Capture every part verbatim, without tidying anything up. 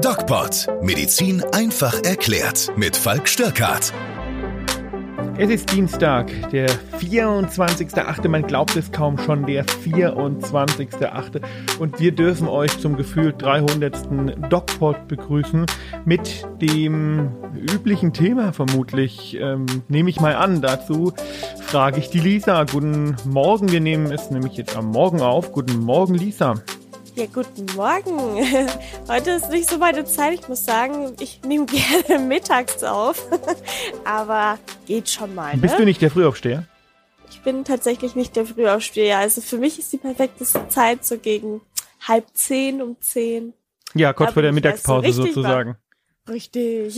DocPod. Medizin einfach erklärt. Mit Falk Störkart. Es ist Dienstag, der vierundzwanzigster achte Man glaubt es kaum schon, der vierundzwanzigster achte Und wir dürfen euch zum gefühlt dreihundertsten DocPod begrüßen mit dem üblichen Thema vermutlich. Ähm, nehme ich mal an. Dazu frage ich die Lisa. Guten Morgen. Wir nehmen es nämlich jetzt am Morgen auf. Guten Morgen, Lisa. Ja, guten Morgen. Heute ist nicht so meine Zeit. Ich muss sagen, ich nehme gerne mittags auf. Aber geht schon mal, ne? Bist du nicht der Frühaufsteher? Ich bin tatsächlich nicht der Frühaufsteher. Also für mich ist die perfekteste Zeit so gegen halb zehn, um zehn. Ja, kurz vor der Mittagspause so sozusagen. War. Richtig.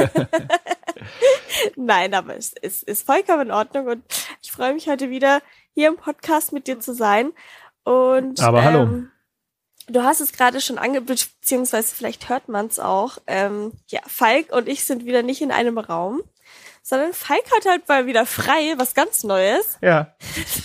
Nein, aber es ist, ist vollkommen in Ordnung. Und ich freue mich heute wieder, hier im Podcast mit dir zu sein. Und, aber hallo. Ähm, Du hast es gerade schon angebracht, beziehungsweise vielleicht hört man es auch. Ähm, ja, Falk und ich sind wieder nicht in einem Raum, sondern Falk hat halt mal wieder frei, was ganz Neues. Ja.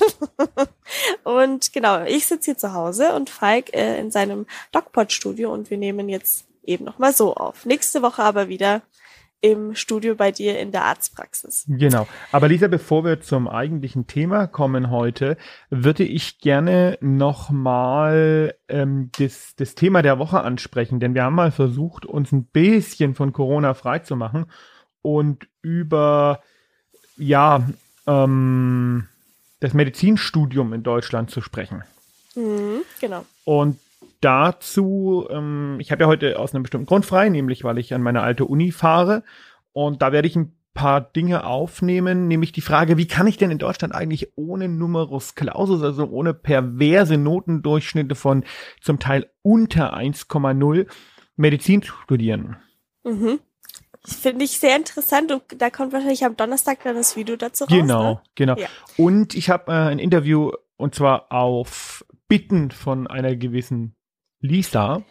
Und genau, ich sitze hier zu Hause und Falk äh, in seinem DocPod-Studio und wir nehmen jetzt eben nochmal so auf. Nächste Woche aber wieder im Studio bei dir in der Arztpraxis. Genau. Aber Lisa, bevor wir zum eigentlichen Thema kommen heute, würde ich gerne nochmal ähm, das, das Thema der Woche ansprechen, denn wir haben mal versucht, uns ein bisschen von Corona freizumachen und über, ja, ähm, das Medizinstudium in Deutschland zu sprechen. Mhm, genau. Und dazu, ähm, ich habe ja heute aus einem bestimmten Grund frei, nämlich weil ich an meine alte Uni fahre und da werde ich ein paar Dinge aufnehmen, nämlich die Frage, wie kann ich denn in Deutschland eigentlich ohne Numerus Clausus, also ohne perverse Notendurchschnitte von zum Teil unter eins Komma null Medizin studieren? Mhm. Finde ich sehr interessant und da kommt wahrscheinlich am Donnerstag dann das Video dazu raus. Genau, ne? genau. Ja. Und ich habe äh, ein Interview und zwar auf Bitten von einer gewissen Lisa,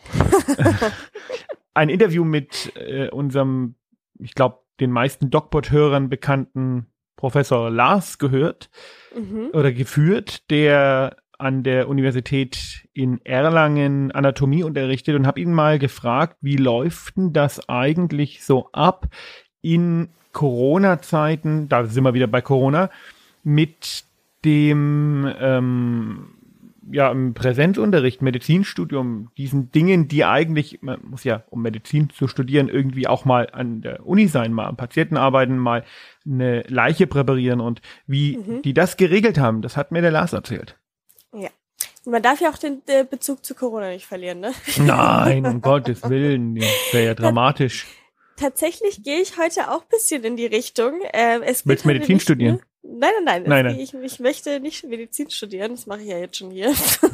ein Interview mit äh, unserem, ich glaube, den meisten DocPod-Hörern bekannten Professor Lars gehört Mhm. oder geführt, der an der Universität in Erlangen Anatomie unterrichtet und habe ihn mal gefragt, wie läuft denn das eigentlich so ab in Corona-Zeiten, da sind wir wieder bei Corona, mit dem ähm, ja, im Präsenzunterricht, Medizinstudium, diesen Dingen, die eigentlich, man muss ja, um Medizin zu studieren, irgendwie auch mal an der Uni sein, mal am Patienten arbeiten, mal eine Leiche präparieren und wie Mhm. die das geregelt haben, das hat mir der Lars erzählt. Ja. Man darf ja auch den äh, Bezug zu Corona nicht verlieren, ne? Nein, um Gottes Willen, das wäre ja dramatisch. Tatsächlich gehe ich heute auch ein bisschen in die Richtung. Ähm, es Willst geht heute Medizin nicht studieren? nur- Nein, nein, nein. Nein, es nein. geht- Ich, ich möchte nicht Medizin studieren, das mache ich ja jetzt schon hier.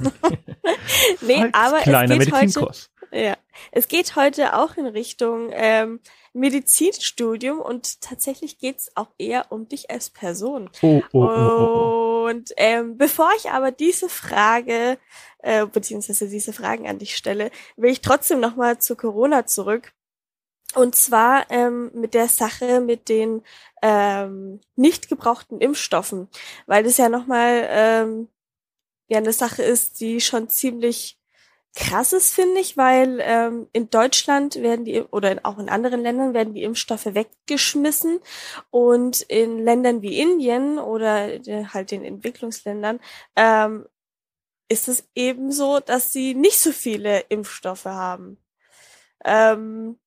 nee, Falks aber kleiner es geht heute, Medizinkurs. ja, es geht heute auch in Richtung ähm, Medizinstudium und tatsächlich geht's auch eher um dich als Person. Oh, oh, oh, oh, Und ähm, bevor ich aber diese Frage, äh, beziehungsweise diese Fragen an dich stelle, will ich trotzdem nochmal zu Corona zurück. Und zwar ähm, mit der Sache mit den ähm, nicht gebrauchten Impfstoffen, weil das ja nochmal ähm, ja eine Sache ist, die schon ziemlich krass ist, finde ich, weil ähm, in Deutschland werden die, oder in, auch in anderen Ländern werden die Impfstoffe weggeschmissen und in Ländern wie Indien oder äh, halt den Entwicklungsländern ähm, ist es eben so, dass sie nicht so viele Impfstoffe haben. Ähm,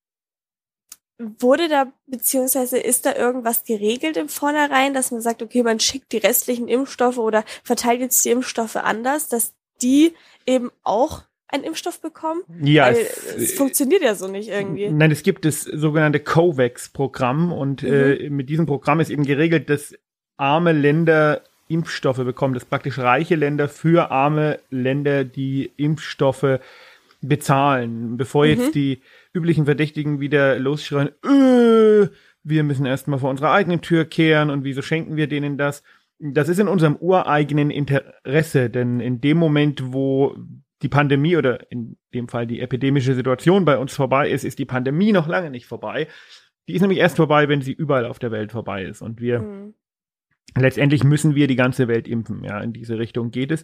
Wurde da, beziehungsweise ist da irgendwas geregelt im Vornherein, dass man sagt, okay, man schickt die restlichen Impfstoffe oder verteilt jetzt die Impfstoffe anders, dass die eben auch einen Impfstoff bekommen? Ja, Weil es, es funktioniert ja so nicht irgendwie. Nein, es gibt das sogenannte COVAX-Programm und Mhm. äh, mit diesem Programm ist eben geregelt, dass arme Länder Impfstoffe bekommen, dass praktisch reiche Länder für arme Länder die Impfstoffe bezahlen. Bevor Mhm. jetzt die üblichen Verdächtigen wieder losschreien, äh, wir müssen erstmal vor unserer eigenen Tür kehren und wieso schenken wir denen das? Das ist in unserem ureigenen Interesse, denn in dem Moment, wo die Pandemie oder in dem Fall die epidemische Situation bei uns vorbei ist, ist die Pandemie noch lange nicht vorbei. Die ist nämlich erst vorbei, wenn sie überall auf der Welt vorbei ist und wir Mhm. letztendlich müssen wir die ganze Welt impfen, ja, in diese Richtung geht es.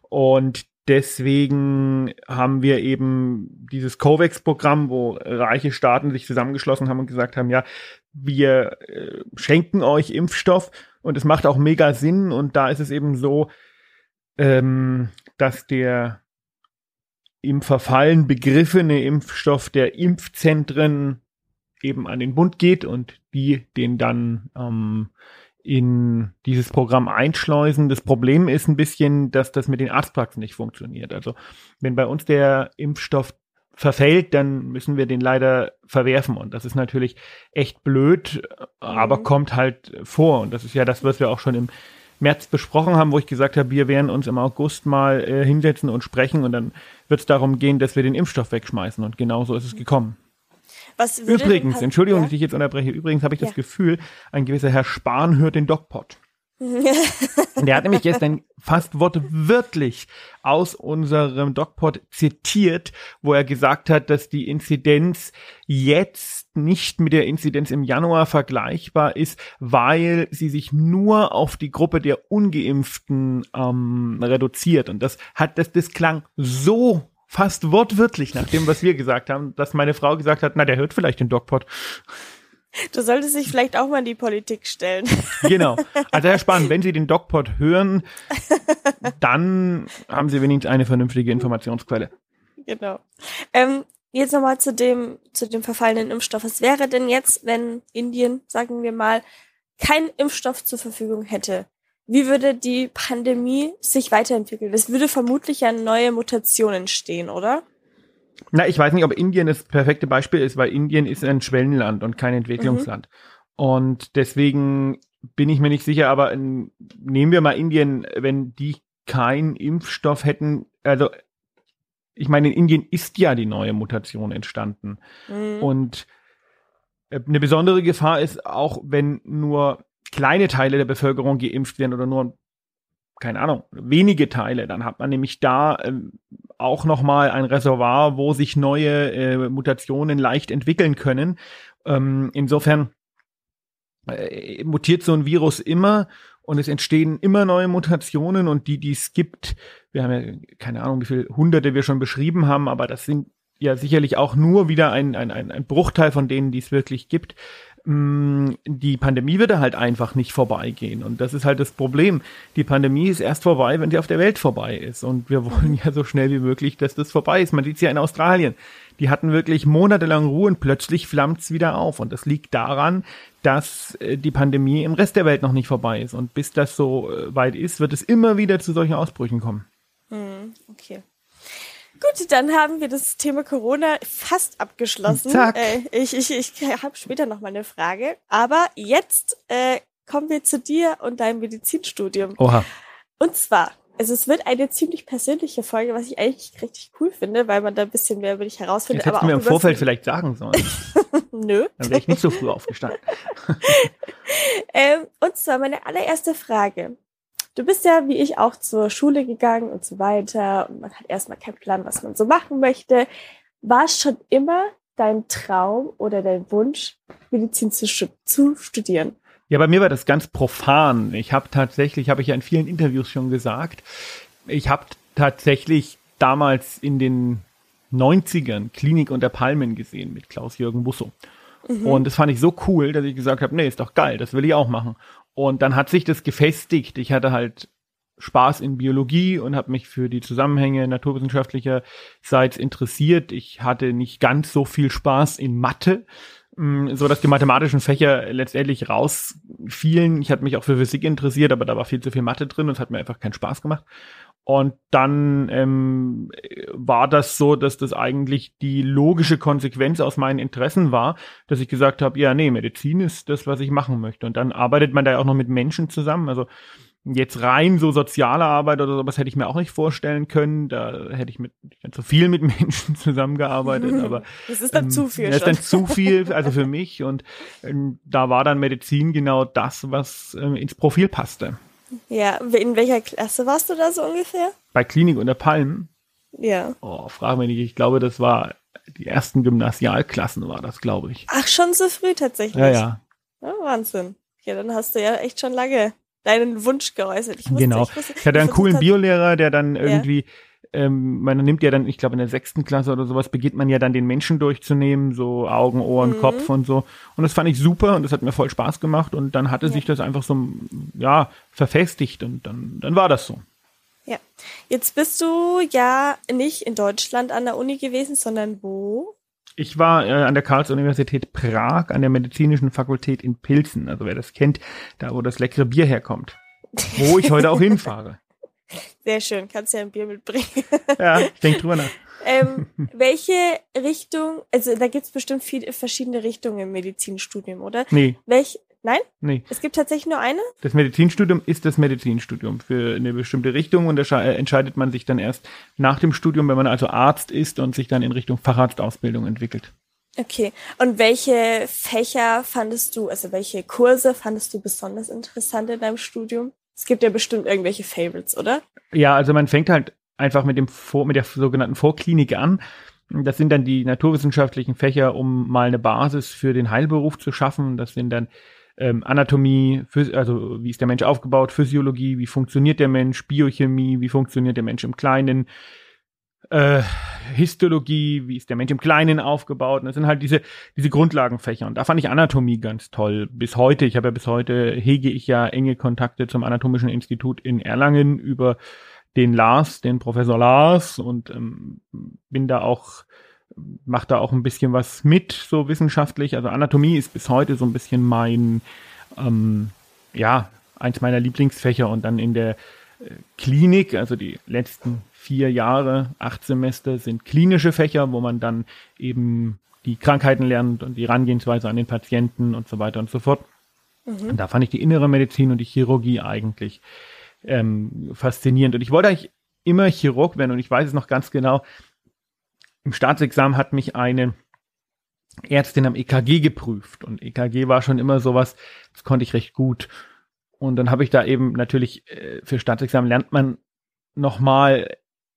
Und deswegen haben wir eben dieses COVAX-Programm, wo reiche Staaten sich zusammengeschlossen haben und gesagt haben, ja, wir äh, schenken euch Impfstoff und es macht auch mega Sinn. Und da ist es eben so, ähm, dass der im Verfallen begriffene Impfstoff der Impfzentren eben an den Bund geht und die den dann ähm, in dieses Programm einschleusen. Das Problem ist ein bisschen, dass das mit den Arztpraxen nicht funktioniert. Also wenn bei uns der Impfstoff verfällt, dann müssen wir den leider verwerfen. Und das ist natürlich echt blöd, aber mhm. kommt halt vor. Und das ist ja das, was wir auch schon im März besprochen haben, wo ich gesagt habe, wir werden uns im August mal äh, hinsetzen und sprechen und dann wird es darum gehen, dass wir den Impfstoff wegschmeißen. Und genau so ist es gekommen. Was übrigens, Entschuldigung, ja? dass ich jetzt unterbreche, übrigens habe ich das ja. Gefühl, ein gewisser Herr Spahn hört den DocPod. Der hat nämlich gestern fast wortwörtlich aus unserem DocPod zitiert, wo er gesagt hat, dass die Inzidenz jetzt nicht mit der Inzidenz im Januar vergleichbar ist, weil sie sich nur auf die Gruppe der Ungeimpften ähm, reduziert. Und das hat, das, das klang so fast wortwörtlich nach dem, was wir gesagt haben, dass meine Frau gesagt hat, na, der hört vielleicht den DocPod. Du solltest dich vielleicht auch mal in die Politik stellen. Genau. Also Herr Spahn, wenn Sie den DocPod hören, dann haben Sie wenigstens eine vernünftige Informationsquelle. Genau. Ähm, jetzt nochmal zu dem, zu dem verfallenen Impfstoff. Was wäre denn jetzt, wenn Indien, sagen wir mal, keinen Impfstoff zur Verfügung hätte? Wie würde die Pandemie sich weiterentwickeln? Es würde vermutlich ja neue Mutationen entstehen, oder? Na, ich weiß nicht, ob Indien das perfekte Beispiel ist, weil Indien ist ein Schwellenland und kein Entwicklungsland. Mhm. Und deswegen bin ich mir nicht sicher, aber in, nehmen wir mal Indien, wenn die keinen Impfstoff hätten, also ich meine, in Indien ist ja die neue Mutation entstanden. Mhm. Und eine besondere Gefahr ist auch, wenn nur kleine Teile der Bevölkerung geimpft werden oder nur, keine Ahnung, wenige Teile, dann hat man nämlich da ähm, auch nochmal ein Reservoir, wo sich neue äh, Mutationen leicht entwickeln können. Ähm, insofern äh, mutiert so ein Virus immer und es entstehen immer neue Mutationen und die, die es gibt, wir haben ja keine Ahnung, wie viele Hunderte wir schon beschrieben haben, aber das sind ja sicherlich auch nur wieder ein, ein, ein, ein Bruchteil von denen, die es wirklich gibt. Die Pandemie wird halt einfach nicht vorbeigehen. Und das ist halt das Problem. Die Pandemie ist erst vorbei, wenn sie auf der Welt vorbei ist. Und wir wollen ja so schnell wie möglich, dass das vorbei ist. Man sieht es ja in Australien. Die hatten wirklich monatelang Ruhe und plötzlich flammt es wieder auf. Und das liegt daran, dass die Pandemie im Rest der Welt noch nicht vorbei ist. Und bis das so weit ist, wird es immer wieder zu solchen Ausbrüchen kommen. Okay. Gut, dann haben wir das Thema Corona fast abgeschlossen. Zack. Äh, ich ich, ich habe später noch mal eine Frage. Aber jetzt äh, kommen wir zu dir und deinem Medizinstudium. Oha. Und zwar, also es wird eine ziemlich persönliche Folge, was ich eigentlich richtig cool finde, weil man da ein bisschen mehr über dich herausfindet. Das hättest du mir im Vorfeld vielleicht sagen sollen. Nö. Dann wäre ich nicht so früh aufgestanden. ähm, und zwar meine allererste Frage. Du bist ja, wie ich, auch zur Schule gegangen und so weiter. Und man hat erstmal keinen Plan, was man so machen möchte. War es schon immer dein Traum oder dein Wunsch, Medizin zu, zu studieren? Ja, bei mir war das ganz profan. Ich habe tatsächlich, habe ich ja in vielen Interviews schon gesagt, ich habe tatsächlich damals in den neunzigern Klinik unter Palmen gesehen mit Klaus-Jürgen Busso. Mhm. Und das fand ich so cool, dass ich gesagt habe, nee, ist doch geil, das will ich auch machen. Und dann hat sich das gefestigt. Ich hatte halt Spaß in Biologie und habe mich für die Zusammenhänge naturwissenschaftlicherseits interessiert. Ich hatte nicht ganz so viel Spaß in Mathe, so dass die mathematischen Fächer letztendlich rausfielen. Ich hatte mich auch für Physik interessiert, aber da war viel zu viel Mathe drin und es hat mir einfach keinen Spaß gemacht. Und dann ähm, war das so, dass das eigentlich die logische Konsequenz aus meinen Interessen war, dass ich gesagt habe, ja, nee, Medizin ist das, was ich machen möchte. Und dann arbeitet man da ja auch noch mit Menschen zusammen. Also jetzt rein so soziale Arbeit oder sowas hätte ich mir auch nicht vorstellen können. Da hätte ich mit zu viel mit Menschen zusammengearbeitet. Aber das ist dann ähm, zu viel. Das ist dann zu viel, also für mich. Und ähm, da war dann Medizin genau das, was ähm, ins Profil passte. Ja, in welcher Klasse warst du da so ungefähr? Bei Klinik unter Palmen? Ja. Oh, frag mich nicht. Ich glaube, das war die ersten Gymnasialklassen war das, glaube ich. Ach, schon so früh tatsächlich? Ja, ja. Ja, Wahnsinn. Ja, dann hast du ja echt schon lange deinen Wunsch geäußert. Ich wusste, genau. Ich, wusste, ich hatte einen coolen Biolehrer, der dann ja. irgendwie, ähm, man nimmt ja dann, ich glaube in der sechsten Klasse oder sowas, beginnt man ja dann den Menschen durchzunehmen, so Augen, Ohren, mhm. Kopf und so. Und das fand ich super und das hat mir voll Spaß gemacht und dann hatte ja. sich das einfach so, ja, verfestigt und dann, dann war das so. Ja, jetzt bist du ja nicht in Deutschland an der Uni gewesen, sondern wo? Ich war äh, an der Karls-Universität Prag, an der medizinischen Fakultät in Pilsen. Also wer das kennt, da wo das leckere Bier herkommt. Wo ich heute auch hinfahre. Sehr schön, kannst ja ein Bier mitbringen. Ja, ich denke drüber nach. Ähm, welche Richtung, also da gibt's bestimmt viele verschiedene Richtungen im Medizinstudium, oder? Nee. Welch, nein? Nee. Es gibt tatsächlich nur eine? Das Medizinstudium ist das Medizinstudium. Für eine bestimmte Richtung und da entscheidet man sich dann erst nach dem Studium, wenn man also Arzt ist und sich dann in Richtung Facharztausbildung entwickelt. Okay. Und welche Fächer fandest du, also welche Kurse fandest du besonders interessant in deinem Studium? Es gibt ja bestimmt irgendwelche Favorites, oder? Ja, also man fängt halt einfach mit dem Vor, mit der sogenannten Vorklinik an. Das sind dann die naturwissenschaftlichen Fächer, um mal eine Basis für den Heilberuf zu schaffen. Das sind dann ähm, Anatomie, Phys- also wie ist der Mensch aufgebaut, Physiologie, wie funktioniert der Mensch, Biochemie, wie funktioniert der Mensch im Kleinen, äh, Histologie, wie ist der Mensch im Kleinen aufgebaut. Und das sind halt diese diese Grundlagenfächer. Und da fand ich Anatomie ganz toll. Bis heute, ich habe ja bis heute, hege ich ja enge Kontakte zum Anatomischen Institut in Erlangen über den Lars, den Professor Lars und ähm, bin da auch, mache da auch ein bisschen was mit, so wissenschaftlich. Also Anatomie ist bis heute so ein bisschen mein, ähm, ja, eins meiner Lieblingsfächer und dann in der äh, Klinik, also die letzten vier Jahre, acht Semester sind klinische Fächer, wo man dann eben die Krankheiten lernt und die Herangehensweise an den Patienten und so weiter und so fort. Mhm. Und da fand ich die innere Medizin und die Chirurgie eigentlich ähm, faszinierend. Und ich wollte eigentlich immer Chirurg werden und ich weiß es noch ganz genau. Im Staatsexamen hat mich eine Ärztin am E K G geprüft und E K G war schon immer sowas, das konnte ich recht gut. Und dann habe ich da eben natürlich, äh, für Staatsexamen lernt man nochmal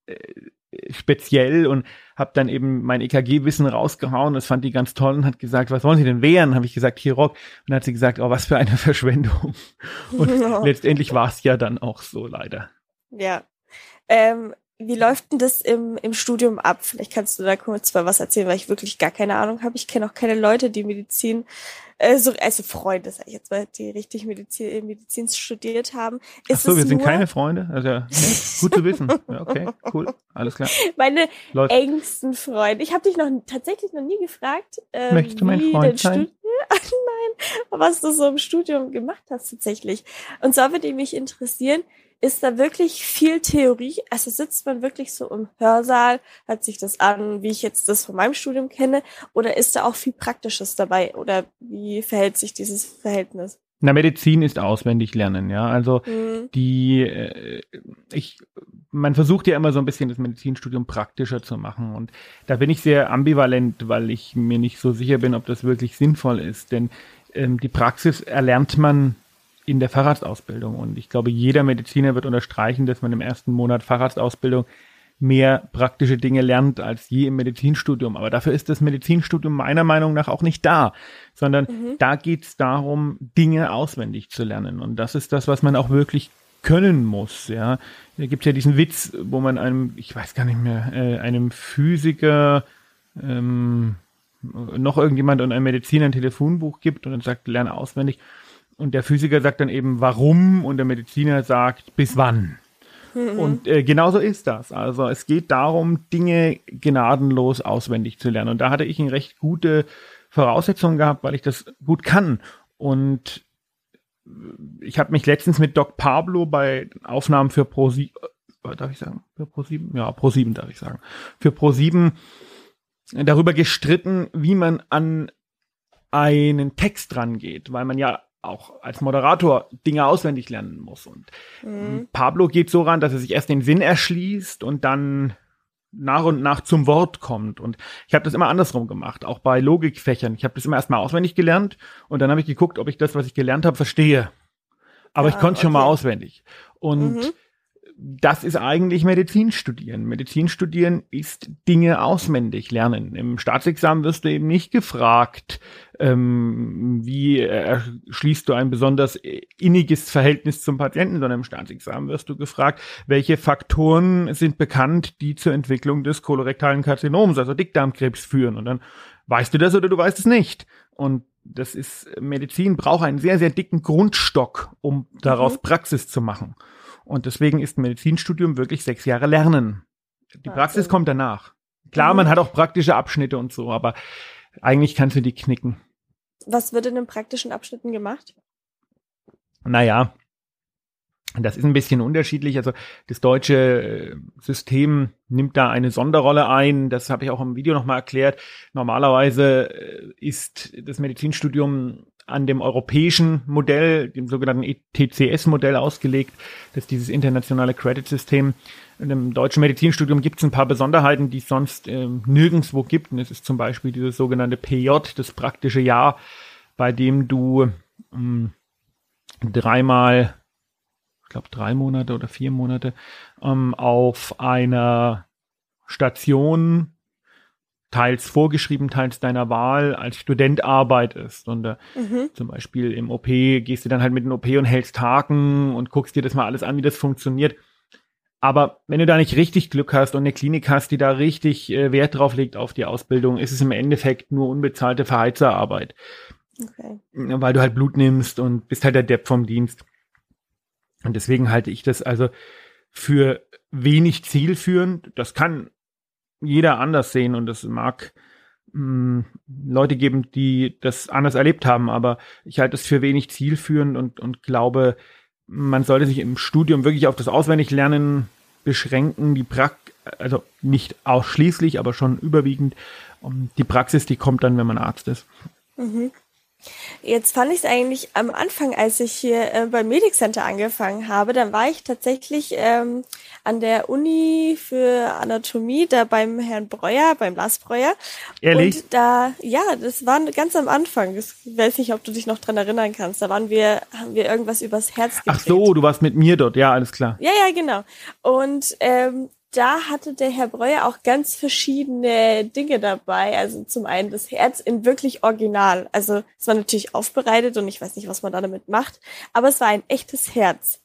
speziell und habe dann eben mein E K G-Wissen rausgehauen. Das fand die ganz toll und hat gesagt, was wollen Sie denn werden? Habe ich gesagt, Chirurg. Und dann hat sie gesagt, oh, was für eine Verschwendung. Und oh. letztendlich war es ja dann auch so, leider. Ja. Ähm, wie läuft denn das im, im Studium ab? Vielleicht kannst du da kurz mal was erzählen, weil ich wirklich gar keine Ahnung habe. Ich kenne auch keine Leute, die Medizin, äh, so, also Freunde, sag ich jetzt mal, die richtig Medizin, Medizin studiert haben. Ist Ach so, wir sind nur keine Freunde? Also, ja, gut zu wissen. Ja, okay, cool, alles klar. Meine Läuft. engsten Freunde. Ich habe dich noch tatsächlich noch nie gefragt, ähm, Möchtest du mein wie Freund dein sein? Studi- Ach nein, was du so im Studium gemacht hast tatsächlich. Und zwar würde mich interessieren, ist da wirklich viel Theorie? Also sitzt man wirklich so im Hörsaal, hört sich das an, wie ich jetzt das von meinem Studium kenne, oder ist da auch viel Praktisches dabei? Oder wie verhält sich dieses Verhältnis? Na, Medizin ist auswendig lernen, ja. Also Mhm. die, äh, ich, man versucht ja immer so ein bisschen das Medizinstudium praktischer zu machen und da bin ich sehr ambivalent, weil ich mir nicht so sicher bin, ob das wirklich sinnvoll ist, denn ähm, die Praxis erlernt man in der Facharztausbildung und ich glaube, jeder Mediziner wird unterstreichen, dass man im ersten Monat Facharztausbildung mehr praktische Dinge lernt als je im Medizinstudium. Aber dafür ist das Medizinstudium meiner Meinung nach auch nicht da, sondern Mhm. da geht es darum, Dinge auswendig zu lernen. Und das ist das, was man auch wirklich können muss. Ja, da gibt es ja diesen Witz, wo man einem, ich weiß gar nicht mehr, äh, einem Physiker ähm, noch irgendjemand und einem Mediziner ein Telefonbuch gibt und dann sagt, lerne auswendig. Und der Physiker sagt dann eben, warum? Und der Mediziner sagt, bis wann? Mhm. Und äh, genauso ist das. Also es geht darum, Dinge gnadenlos auswendig zu lernen. Und da hatte ich eine recht gute Voraussetzung gehabt, weil ich das gut kann. Und ich habe mich letztens mit Doc Pablo bei Aufnahmen für ProSieben, äh, darf ich sagen? Für ProSieben? Ja, ProSieben darf ich sagen. Für ProSieben darüber gestritten, wie man an einen Text rangeht, weil man ja auch als Moderator Dinge auswendig lernen muss. Und Mhm. Pablo geht so ran, dass er sich erst den Sinn erschließt und dann nach und nach zum Wort kommt. Und ich habe das immer andersrum gemacht, auch bei Logikfächern. Ich habe das immer erstmal auswendig gelernt und dann habe ich geguckt, ob ich das, was ich gelernt habe, verstehe. Aber Ah, ich konnte es schon mal okay. auswendig. Und Mhm. das ist eigentlich Medizin studieren. Medizin studieren ist Dinge auswendig lernen. Im Staatsexamen wirst du eben nicht gefragt, ähm, wie äh, schließt du ein besonders inniges Verhältnis zum Patienten, sondern im Staatsexamen wirst du gefragt, welche Faktoren sind bekannt, die zur Entwicklung des kolorektalen Karzinoms, also Dickdarmkrebs, führen. Und dann weißt du das oder du weißt es nicht. Und das ist, Medizin braucht einen sehr, sehr dicken Grundstock, um daraus mhm. Praxis zu machen. Und deswegen ist ein Medizinstudium wirklich sechs Jahre Lernen. Die Praxis okay. kommt danach. Klar, mhm. man hat auch praktische Abschnitte und so, aber eigentlich kannst du die knicken. Was wird in den praktischen Abschnitten gemacht? Naja, das ist ein bisschen unterschiedlich. Also das deutsche System nimmt da eine Sonderrolle ein. Das habe ich auch im Video nochmal erklärt. Normalerweise ist das Medizinstudium an dem europäischen Modell, dem sogenannten E T C S-Modell ausgelegt. Das ist dieses internationale Credit-System. In dem deutschen Medizinstudium gibt es ein paar Besonderheiten, die es sonst äh, nirgendwo gibt. Und es ist zum Beispiel dieses sogenannte P J, das praktische Jahr, bei dem du ähm, dreimal, ich glaube drei Monate oder vier Monate, ähm, auf einer Station, teils vorgeschrieben, teils deiner Wahl, als Student arbeitest. Und äh, mhm. zum Beispiel im O P gehst du dann halt mit dem O P und hältst Haken und guckst dir das mal alles an, wie das funktioniert. Aber wenn du da nicht richtig Glück hast und eine Klinik hast, die da richtig äh, Wert drauf legt auf die Ausbildung, ist es im Endeffekt nur unbezahlte Verheizerarbeit. Okay. Weil du halt Blut nimmst und bist halt der Depp vom Dienst. Und deswegen halte ich das also für wenig zielführend. Das kann jeder anders sehen und es mag mh, Leute geben, die das anders erlebt haben, aber ich halte es für wenig zielführend und, und glaube, man sollte sich im Studium wirklich auf das Auswendiglernen beschränken, die Praxis, also nicht ausschließlich, aber schon überwiegend. Um, die Praxis, die kommt dann, wenn man Arzt ist. Mhm. Jetzt fand ich es eigentlich am Anfang, als ich hier äh, beim Medic Center angefangen habe, dann war ich tatsächlich ähm, an der Uni für Anatomie, da beim Herrn Breuer, beim Lars Breuer. Ehrlich? Und da, ja, das war ganz am Anfang. Ich weiß nicht, ob du dich noch dran erinnern kannst. Da waren wir, haben wir irgendwas übers Herz gedreht. Ach so, du warst mit mir dort, ja, alles klar. Ja, ja, genau. Und ähm, da hatte der Herr Breuer auch ganz verschiedene Dinge dabei. Also zum einen das Herz in wirklich original. Also es war natürlich aufbereitet und ich weiß nicht, was man da damit macht, aber es war ein echtes Herz.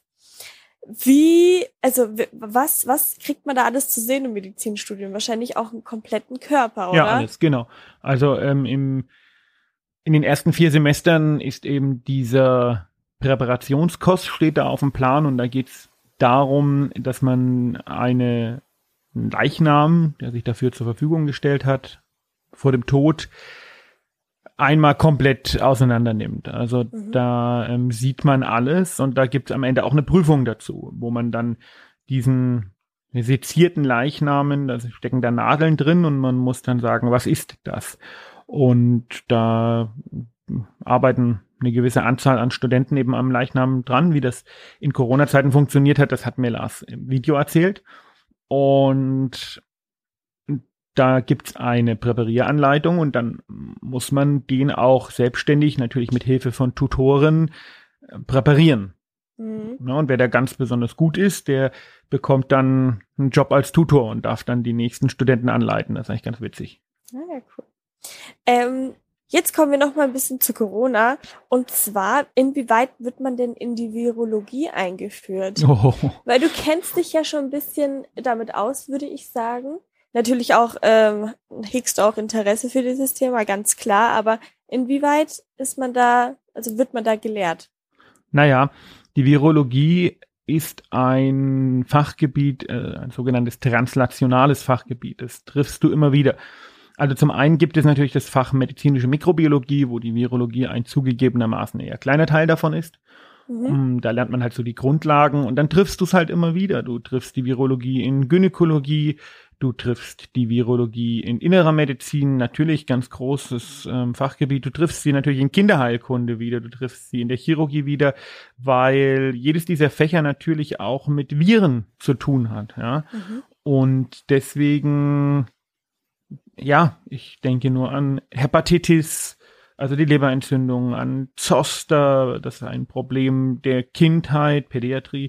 Wie, also was, was kriegt man da alles zu sehen im Medizinstudium? Wahrscheinlich auch einen kompletten Körper, oder? Ja, alles, genau. Also ähm, im, in den ersten vier Semestern ist eben dieser Präparationskurs steht da auf dem Plan und da geht's darum, dass man eine, einen Leichnam, der sich dafür zur Verfügung gestellt hat, vor dem Tod, einmal komplett auseinander nimmt. Also mhm. da ähm, sieht man alles und da gibt es am Ende auch eine Prüfung dazu, wo man dann diesen sezierten Leichnamen, da stecken da Nadeln drin und man muss dann sagen, was ist das? Und da arbeiten eine gewisse Anzahl an Studenten eben am Leichnam dran, wie das in Corona-Zeiten funktioniert hat, das hat mir Lars im Video erzählt. Und da gibt's eine Präparieranleitung und dann muss man den auch selbstständig, natürlich mit Hilfe von Tutoren, präparieren. Mhm. Ja, und wer da ganz besonders gut ist, der bekommt dann einen Job als Tutor und darf dann die nächsten Studenten anleiten. Das ist eigentlich ganz witzig. Ja, cool. Ähm, jetzt kommen wir noch mal ein bisschen zu Corona. Und zwar, inwieweit wird man denn in die Virologie eingeführt? Oh. Weil du kennst dich ja schon ein bisschen damit aus, würde ich sagen. Natürlich auch ähm, hegst du auch Interesse für dieses Thema, ganz klar. Aber inwieweit ist man da, also wird man da gelehrt? Naja, die Virologie ist ein Fachgebiet, äh, ein sogenanntes translationales Fachgebiet. Das triffst du immer wieder. Also zum einen gibt es natürlich das Fach medizinische Mikrobiologie, wo die Virologie ein zugegebenermaßen eher kleiner Teil davon ist. Mhm. Da lernt man halt so die Grundlagen und dann triffst du es halt immer wieder. Du triffst die Virologie in Gynäkologie, du triffst die Virologie in innerer Medizin, natürlich ganz großes ähm, Fachgebiet. Du triffst sie natürlich in Kinderheilkunde wieder, du triffst sie in der Chirurgie wieder, weil jedes dieser Fächer natürlich auch mit Viren zu tun hat. Ja? Mhm. Und deswegen, ja, ich denke nur an Hepatitis, also die Leberentzündung, an Zoster, das ist ein Problem der Kindheit, Pädiatrie,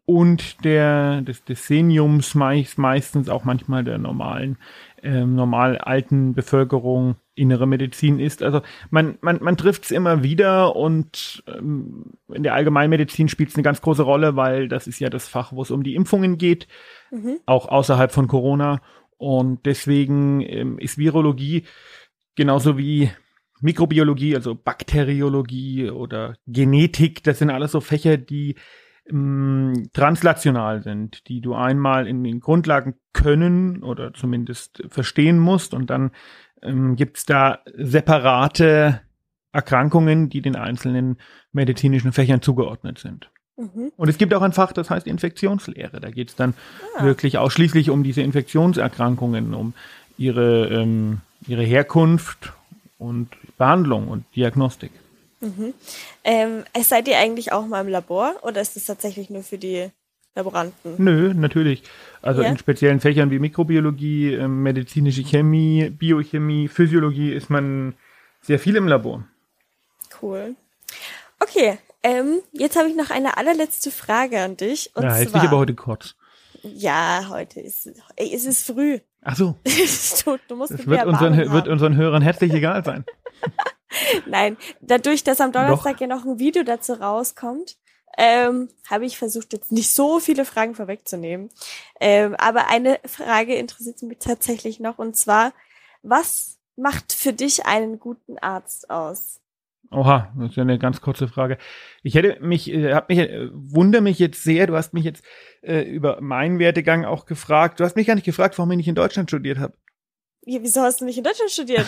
und der des, des Seniums, meist, meistens auch manchmal der normalen, ähm, normal alten Bevölkerung innere Medizin ist. Also man, man, man trifft es immer wieder und ähm, in der Allgemeinmedizin spielt es eine ganz große Rolle, weil das ist ja das Fach, wo es um die Impfungen geht, mhm. auch außerhalb von Corona. Und deswegen ähm, ist Virologie genauso wie Mikrobiologie, also Bakteriologie oder Genetik, das sind alles so Fächer, die ähm, translational sind, die du einmal in den Grundlagen können oder zumindest verstehen musst und dann ähm, gibt's da separate Erkrankungen, die den einzelnen medizinischen Fächern zugeordnet sind. Mhm. Und es gibt auch ein Fach, das heißt Infektionslehre. Da geht's dann ah. wirklich ausschließlich um diese Infektionserkrankungen, um ihre, ähm, ihre Herkunft und Behandlung und Diagnostik. Mhm. Ähm, seid ihr eigentlich auch mal im Labor oder ist das tatsächlich nur für die Laboranten? Nö, natürlich. Also ja? in speziellen Fächern wie Mikrobiologie, äh, medizinische Chemie, Biochemie, Physiologie ist man sehr viel im Labor. Cool. Okay, ähm, jetzt habe ich noch eine allerletzte Frage an dich. Und ja, jetzt zwar, bin ich aber heute kurz. Ja, heute ist ey, es ist früh. Ach so. du, du musst das wird unseren, wird unseren Hörern herzlich egal sein. Nein, dadurch, dass am Donnerstag Doch. ja noch ein Video dazu rauskommt, ähm, habe ich versucht, jetzt nicht so viele Fragen vorwegzunehmen. Ähm, aber eine Frage interessiert mich tatsächlich noch, und zwar, was macht für dich einen guten Arzt aus? Oha, das ist ja eine ganz kurze Frage. Ich hätte mich, äh, hab mich, äh, wundere mich jetzt sehr, du hast mich jetzt äh, über meinen Werdegang auch gefragt. Du hast mich gar nicht gefragt, warum ich nicht in Deutschland studiert habe. Ja, wieso hast du nicht in Deutschland studiert?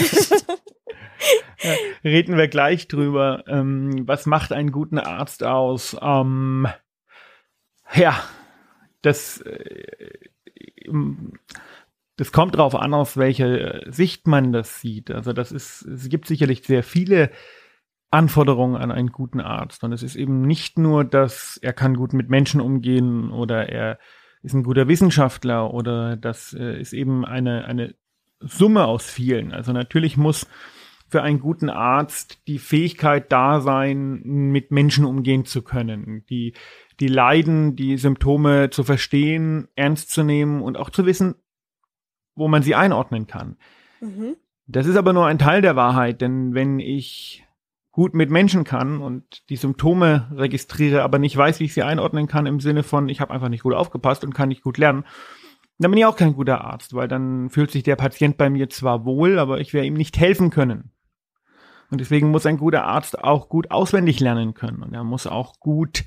Ja, reden wir gleich drüber. Ähm, was macht einen guten Arzt aus? Ähm, ja, das, äh, das kommt drauf an, aus welcher Sicht man das sieht. Also das ist, es gibt sicherlich sehr viele Anforderungen an einen guten Arzt. Und es ist eben nicht nur, dass er kann gut mit Menschen umgehen oder er ist ein guter Wissenschaftler oder das äh, ist eben eine, eine Summe aus vielen. Also natürlich muss für einen guten Arzt die Fähigkeit da sein, mit Menschen umgehen zu können, die, die Leiden, die Symptome zu verstehen, ernst zu nehmen und auch zu wissen, wo man sie einordnen kann. Mhm. Das ist aber nur ein Teil der Wahrheit, denn wenn ich gut mit Menschen kann und die Symptome registriere, aber nicht weiß, wie ich sie einordnen kann, im Sinne von, ich habe einfach nicht gut aufgepasst und kann nicht gut lernen, dann bin ich auch kein guter Arzt, weil dann fühlt sich der Patient bei mir zwar wohl, aber ich werde ihm nicht helfen können. Und deswegen muss ein guter Arzt auch gut auswendig lernen können. Und er muss auch gut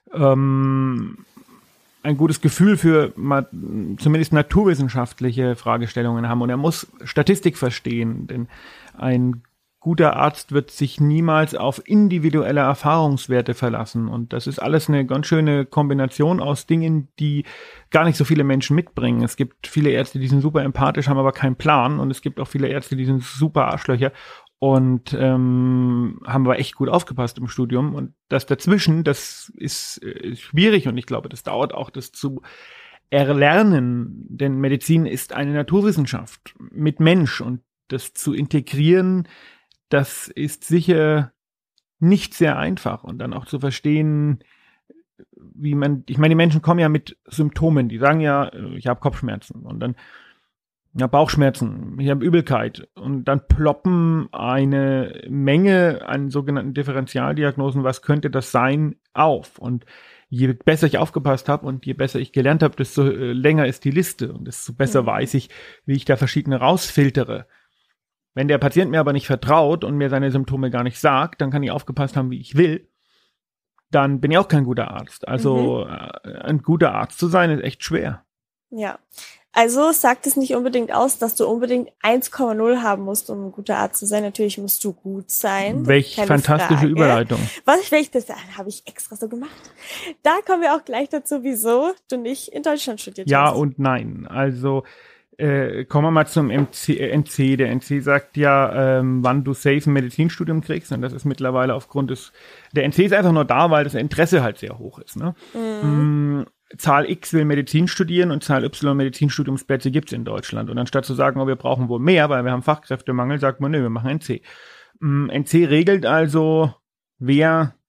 ähm, ein gutes Gefühl für ma- zumindest naturwissenschaftliche Fragestellungen haben. Und er muss Statistik verstehen, denn ein guter Arzt wird sich niemals auf individuelle Erfahrungswerte verlassen. Und das ist alles eine ganz schöne Kombination aus Dingen, die gar nicht so viele Menschen mitbringen. Es gibt viele Ärzte, die sind super empathisch, haben aber keinen Plan. Und es gibt auch viele Ärzte, die sind super Arschlöcher und ähm, haben aber echt gut aufgepasst im Studium. Und das dazwischen, das ist äh, schwierig. Und ich glaube, das dauert auch, das zu erlernen. Denn Medizin ist eine Naturwissenschaft mit Mensch. Und das zu integrieren, das ist sicher nicht sehr einfach und dann auch zu verstehen, wie man, ich meine, die Menschen kommen ja mit Symptomen, die sagen ja, ich habe Kopfschmerzen und dann ja, Bauchschmerzen, ich habe Übelkeit und dann ploppen eine Menge an sogenannten Differentialdiagnosen, was könnte das sein, auf und je besser ich aufgepasst habe und je besser ich gelernt habe, desto länger ist die Liste und desto besser mhm. weiß ich, wie ich da verschiedene rausfiltere. Wenn der Patient mir aber nicht vertraut und mir seine Symptome gar nicht sagt, dann kann ich aufgepasst haben, wie ich will, dann bin ich auch kein guter Arzt. Also mhm. ein guter Arzt zu sein, ist echt schwer. Ja, also sagt es nicht unbedingt aus, dass du unbedingt eins Komma null haben musst, um ein guter Arzt zu sein. Natürlich musst du gut sein. Welch fantastische Frage. Überleitung. Was, welch, das habe ich extra so gemacht. Da kommen wir auch gleich dazu, wieso du nicht in Deutschland studiert ja hast. Ja und nein. Also Äh, kommen wir mal zum M C, äh, N C. Der N C sagt ja, ähm, wann du safe ein Medizinstudium kriegst. Und das ist mittlerweile aufgrund des, der N C ist einfach nur da, weil das Interesse halt sehr hoch ist. Ne? Mhm. Mm, Zahl X will Medizin studieren und Zahl Y Medizinstudiumsplätze gibt's in Deutschland. Und anstatt zu sagen, oh, wir brauchen wohl mehr, weil wir haben Fachkräftemangel, sagt man, nö, wir machen N C. Mm, N C regelt also, wer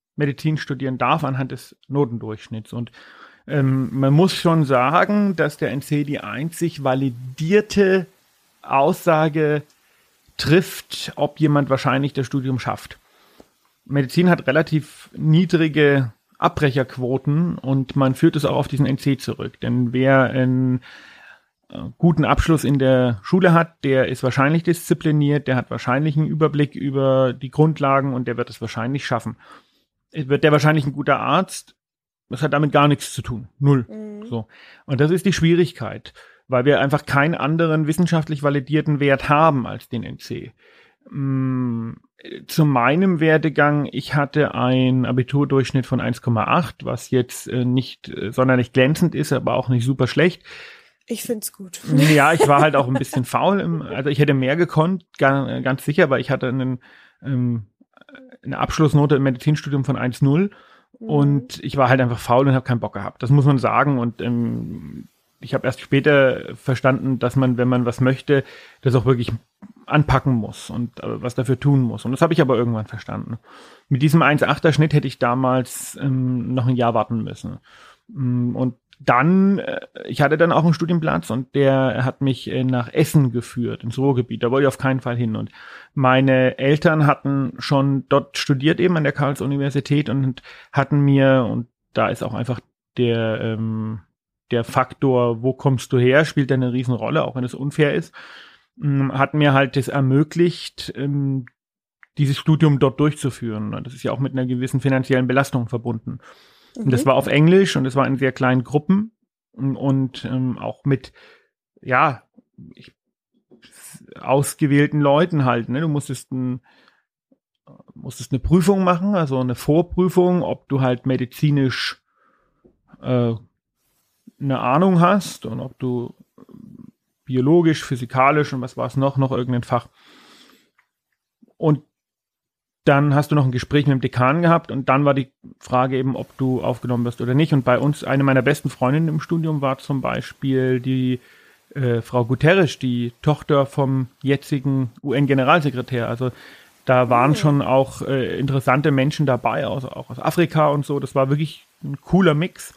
Medizin studieren darf anhand des Notendurchschnitts. Und ähm, man muss schon sagen, dass der N C die einzig validierte Aussage trifft, ob jemand wahrscheinlich das Studium schafft. Medizin hat relativ niedrige Abbrecherquoten und man führt es auch auf diesen N C zurück. Denn wer einen guten Abschluss in der Schule hat, der ist wahrscheinlich diszipliniert, der hat wahrscheinlich einen Überblick über die Grundlagen und der wird es wahrscheinlich schaffen. Wird der wahrscheinlich ein guter Arzt? Das hat damit gar nichts zu tun. Null. Mhm. So. Und das ist die Schwierigkeit, weil wir einfach keinen anderen wissenschaftlich validierten Wert haben als den N C. Zu meinem Werdegang, ich hatte einen Abiturdurchschnitt von eins Komma acht, was jetzt nicht sonderlich glänzend ist, aber auch nicht super schlecht. Ich find's gut. Ja, ich war halt auch ein bisschen faul. Im, also ich hätte mehr gekonnt, gar, ganz sicher, weil ich hatte einen, ähm, eine Abschlussnote im Medizinstudium von eins Komma null mhm. und ich war halt einfach faul und habe keinen Bock gehabt. Das muss man sagen. Und ähm, ich habe erst später verstanden, dass man, wenn man was möchte, das auch wirklich anpacken muss und äh, was dafür tun muss. Und das habe ich aber irgendwann verstanden. Mit diesem eins Komma achter Schnitt hätte ich damals ähm, noch ein Jahr warten müssen. Und dann, ich hatte dann auch einen Studienplatz und der hat mich nach Essen geführt, ins Ruhrgebiet. Da wollte ich auf keinen Fall hin. Und meine Eltern hatten schon dort studiert, eben an der Karls-Universität und hatten mir, und da ist auch einfach der, ähm, der Faktor, wo kommst du her, spielt da eine Riesenrolle, auch wenn es unfair ist, ähm, hat mir halt das ermöglicht, ähm, dieses Studium dort durchzuführen. Und das ist ja auch mit einer gewissen finanziellen Belastung verbunden. Und das war auf Englisch und es war in sehr kleinen Gruppen und, und ähm, auch mit, ja, ich, ausgewählten Leuten halt. Ne? Du musstest, ein, musstest eine Prüfung machen, also eine Vorprüfung, ob du halt medizinisch äh, eine Ahnung hast und ob du biologisch, physikalisch und was war es noch, noch irgendein Fach. Und dann hast du noch ein Gespräch mit dem Dekan gehabt und dann war die Frage eben, ob du aufgenommen wirst oder nicht. Und bei uns, eine meiner besten Freundinnen im Studium war zum Beispiel die äh, Frau Guterres, die Tochter vom jetzigen U N-Generalsekretär. Also da waren schon auch äh, interessante Menschen dabei, aus, auch aus Afrika und so. Das war wirklich ein cooler Mix.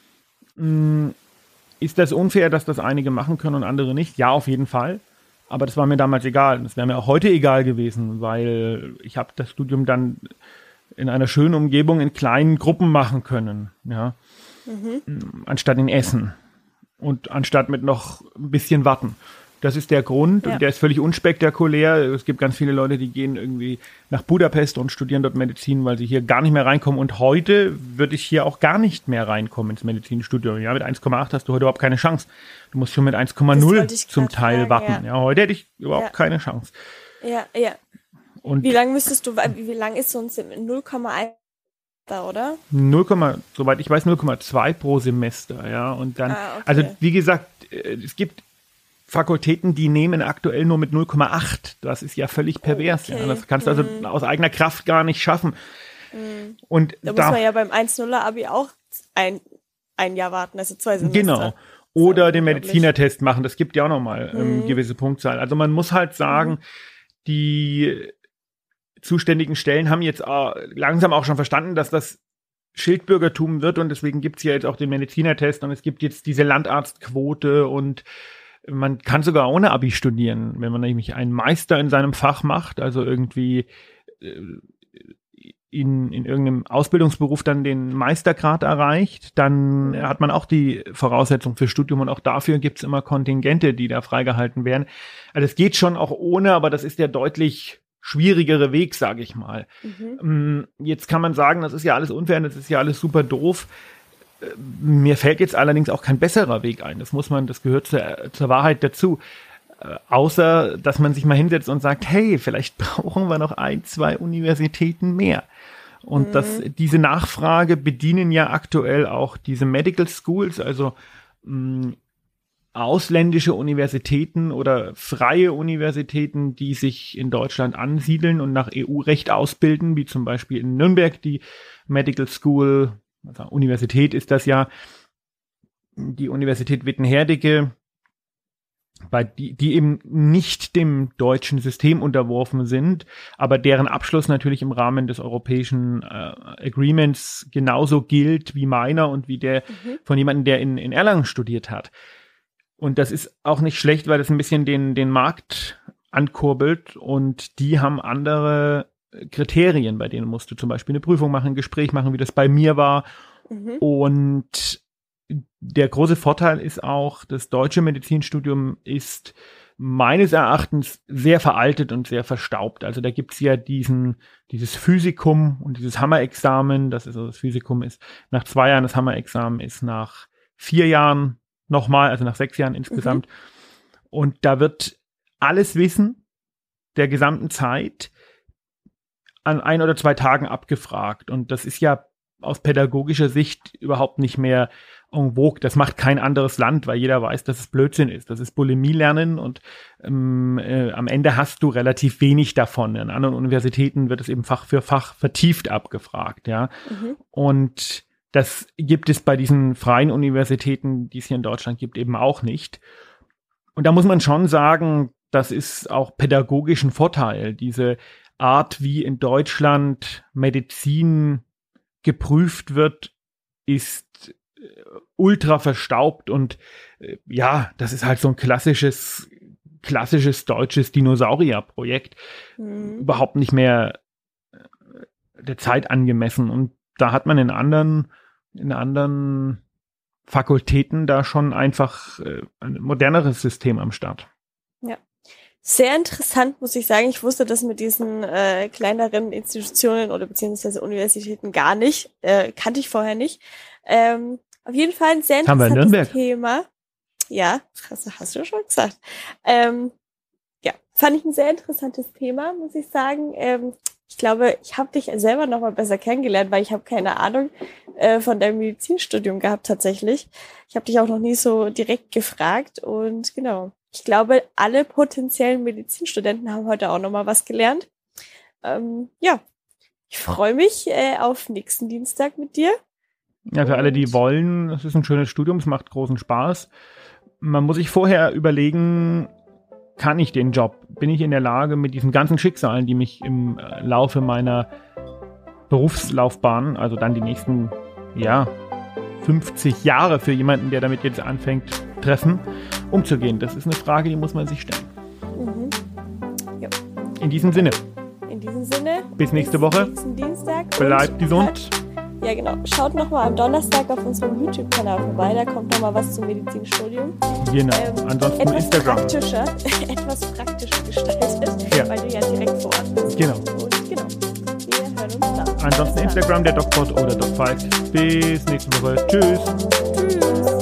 Hm, ist das unfair, dass das einige machen können und andere nicht? Ja, auf jeden Fall. Aber das war mir damals egal. Das wäre mir auch heute egal gewesen, weil ich habe das Studium dann in einer schönen Umgebung in kleinen Gruppen machen können, ja, mhm. anstatt in Essen und anstatt mit noch ein bisschen warten. Das ist der Grund ja. Und der ist völlig unspektakulär. Es gibt ganz viele Leute, die gehen irgendwie nach Budapest und studieren dort Medizin, weil sie hier gar nicht mehr reinkommen. Und heute würde ich hier auch gar nicht mehr reinkommen ins Medizinstudium. Ja, mit eins Komma acht hast du heute überhaupt keine Chance. Du musst schon mit eins Komma null zum Teil fragen, warten. Ja. ja, heute hätte ich überhaupt ja. keine Chance. Ja, ja. Und wie lange müsstest du, wie, wie lang ist so ein null Komma eins da, oder? null, soweit ich weiß, null Komma zwei pro Semester, ja. Und dann, ah, okay. Also wie gesagt, es gibt Fakultäten, die nehmen aktuell nur mit null Komma acht. Das ist ja völlig pervers. Okay. Ja. Das kannst du also mm. aus eigener Kraft gar nicht schaffen. Mm. Und da, da muss man ja beim eins Komma null Abi auch ein, ein Jahr warten, also zwei Semester. Genau. Oder den Medizinertest machen. Das gibt ja auch nochmal ähm, mm. gewisse Punktzahl. Also man muss halt sagen, mm. die zuständigen Stellen haben jetzt äh, langsam auch schon verstanden, dass das Schildbürgertum wird und deswegen gibt es ja jetzt auch den Medizinertest und es gibt jetzt diese Landarztquote und man kann sogar ohne Abi studieren, wenn man nämlich einen Meister in seinem Fach macht, also irgendwie in, in irgendeinem Ausbildungsberuf dann den Meistergrad erreicht, dann hat man auch die Voraussetzung für Studium und auch dafür gibt es immer Kontingente, die da freigehalten werden. Also es geht schon auch ohne, aber das ist der deutlich schwierigere Weg, sage ich mal. Mhm. Jetzt kann man sagen, das ist ja alles unfair, das ist ja alles super doof. Mir fällt jetzt allerdings auch kein besserer Weg ein. Das muss man, das gehört zur, zur Wahrheit dazu. Äh, außer, dass man sich mal hinsetzt und sagt, hey, vielleicht brauchen wir noch ein, zwei Universitäten mehr. Und mhm. das, diese Nachfrage bedienen ja aktuell auch diese Medical Schools, also mh, ausländische Universitäten oder freie Universitäten, die sich in Deutschland ansiedeln und nach E U-Recht ausbilden, wie zum Beispiel in Nürnberg die Medical School, also Universität ist das ja, die Universität Wittenherdecke, bei die, die eben nicht dem deutschen System unterworfen sind, aber deren Abschluss natürlich im Rahmen des europäischen äh, Agreements genauso gilt wie meiner und wie der mhm. von jemandem, der in, in Erlangen studiert hat. Und das ist auch nicht schlecht, weil das ein bisschen den, den Markt ankurbelt und die haben andere Kriterien, bei denen musst du zum Beispiel eine Prüfung machen, ein Gespräch machen, wie das bei mir war. Mhm. Und der große Vorteil ist auch, das deutsche Medizinstudium ist meines Erachtens sehr veraltet und sehr verstaubt. Also da gibt's ja diesen, dieses Physikum und dieses Hammerexamen. Das ist also das Physikum ist nach zwei Jahren, das Hammerexamen ist nach vier Jahren nochmal, also nach sechs Jahren insgesamt. Mhm. Und da wird alles Wissen der gesamten Zeit an ein oder zwei Tagen abgefragt. Und das ist ja aus pädagogischer Sicht überhaupt nicht mehr en vogue. Das macht kein anderes Land, weil jeder weiß, dass es Blödsinn ist. Das ist Bulimie lernen und ähm, äh, am Ende hast du relativ wenig davon. An anderen Universitäten wird es eben Fach für Fach vertieft abgefragt, ja. Mhm. Und das gibt es bei diesen freien Universitäten, die es hier in Deutschland gibt, eben auch nicht. Und da muss man schon sagen, das ist auch pädagogisch ein Vorteil, diese Art, wie in Deutschland Medizin geprüft wird, ist äh, ultra verstaubt und äh, ja, das ist halt so ein klassisches, klassisches deutsches Dinosaurierprojekt, mhm. überhaupt nicht mehr äh, der Zeit angemessen. Und da hat man in anderen, in anderen Fakultäten da schon einfach äh, ein moderneres System am Start. Ja. Sehr interessant, muss ich sagen. Ich wusste das mit diesen äh, kleineren Institutionen oder beziehungsweise Universitäten gar nicht. Äh, kannte ich vorher nicht. Ähm, auf jeden Fall ein sehr interessantes Thema. Ja, hast, hast du schon gesagt. Ähm, ja, fand ich ein sehr interessantes Thema, muss ich sagen. Ähm, ich glaube, ich habe dich selber noch mal besser kennengelernt, weil ich habe keine Ahnung äh, von deinem Medizinstudium gehabt tatsächlich. Ich habe dich auch noch nie so direkt gefragt und genau. Ich glaube, alle potenziellen Medizinstudenten haben heute auch nochmal was gelernt. Ähm, ja, ich freue mich äh, auf nächsten Dienstag mit dir. Ja, für Und alle, die wollen, es ist ein schönes Studium, es macht großen Spaß. Man muss sich vorher überlegen, kann ich den Job? Bin ich in der Lage, mit diesen ganzen Schicksalen, die mich im Laufe meiner Berufslaufbahn, also dann die nächsten, ja, fünfzig Jahre für jemanden, der damit jetzt anfängt, treffen, umzugehen? Das ist eine Frage, die muss man sich stellen. Mhm. Ja. In diesem Sinne. In diesem Sinne. Bis nächste Woche. Nächsten Dienstag. Bleibt gesund. Ja, genau. Schaut nochmal am Donnerstag auf unserem YouTube-Kanal vorbei. Da kommt nochmal was zum Medizinstudium. Genau. Ähm, Ansonsten etwas Instagram. Praktischer, etwas praktischer gestaltet, ja. Weil du ja direkt vor Ort bist. Genau. Und genau. Wir hören uns dann. Ansonsten Instagram, der DocPod oder DocFalk. Bis nächste Woche. Tschüss. Tschüss.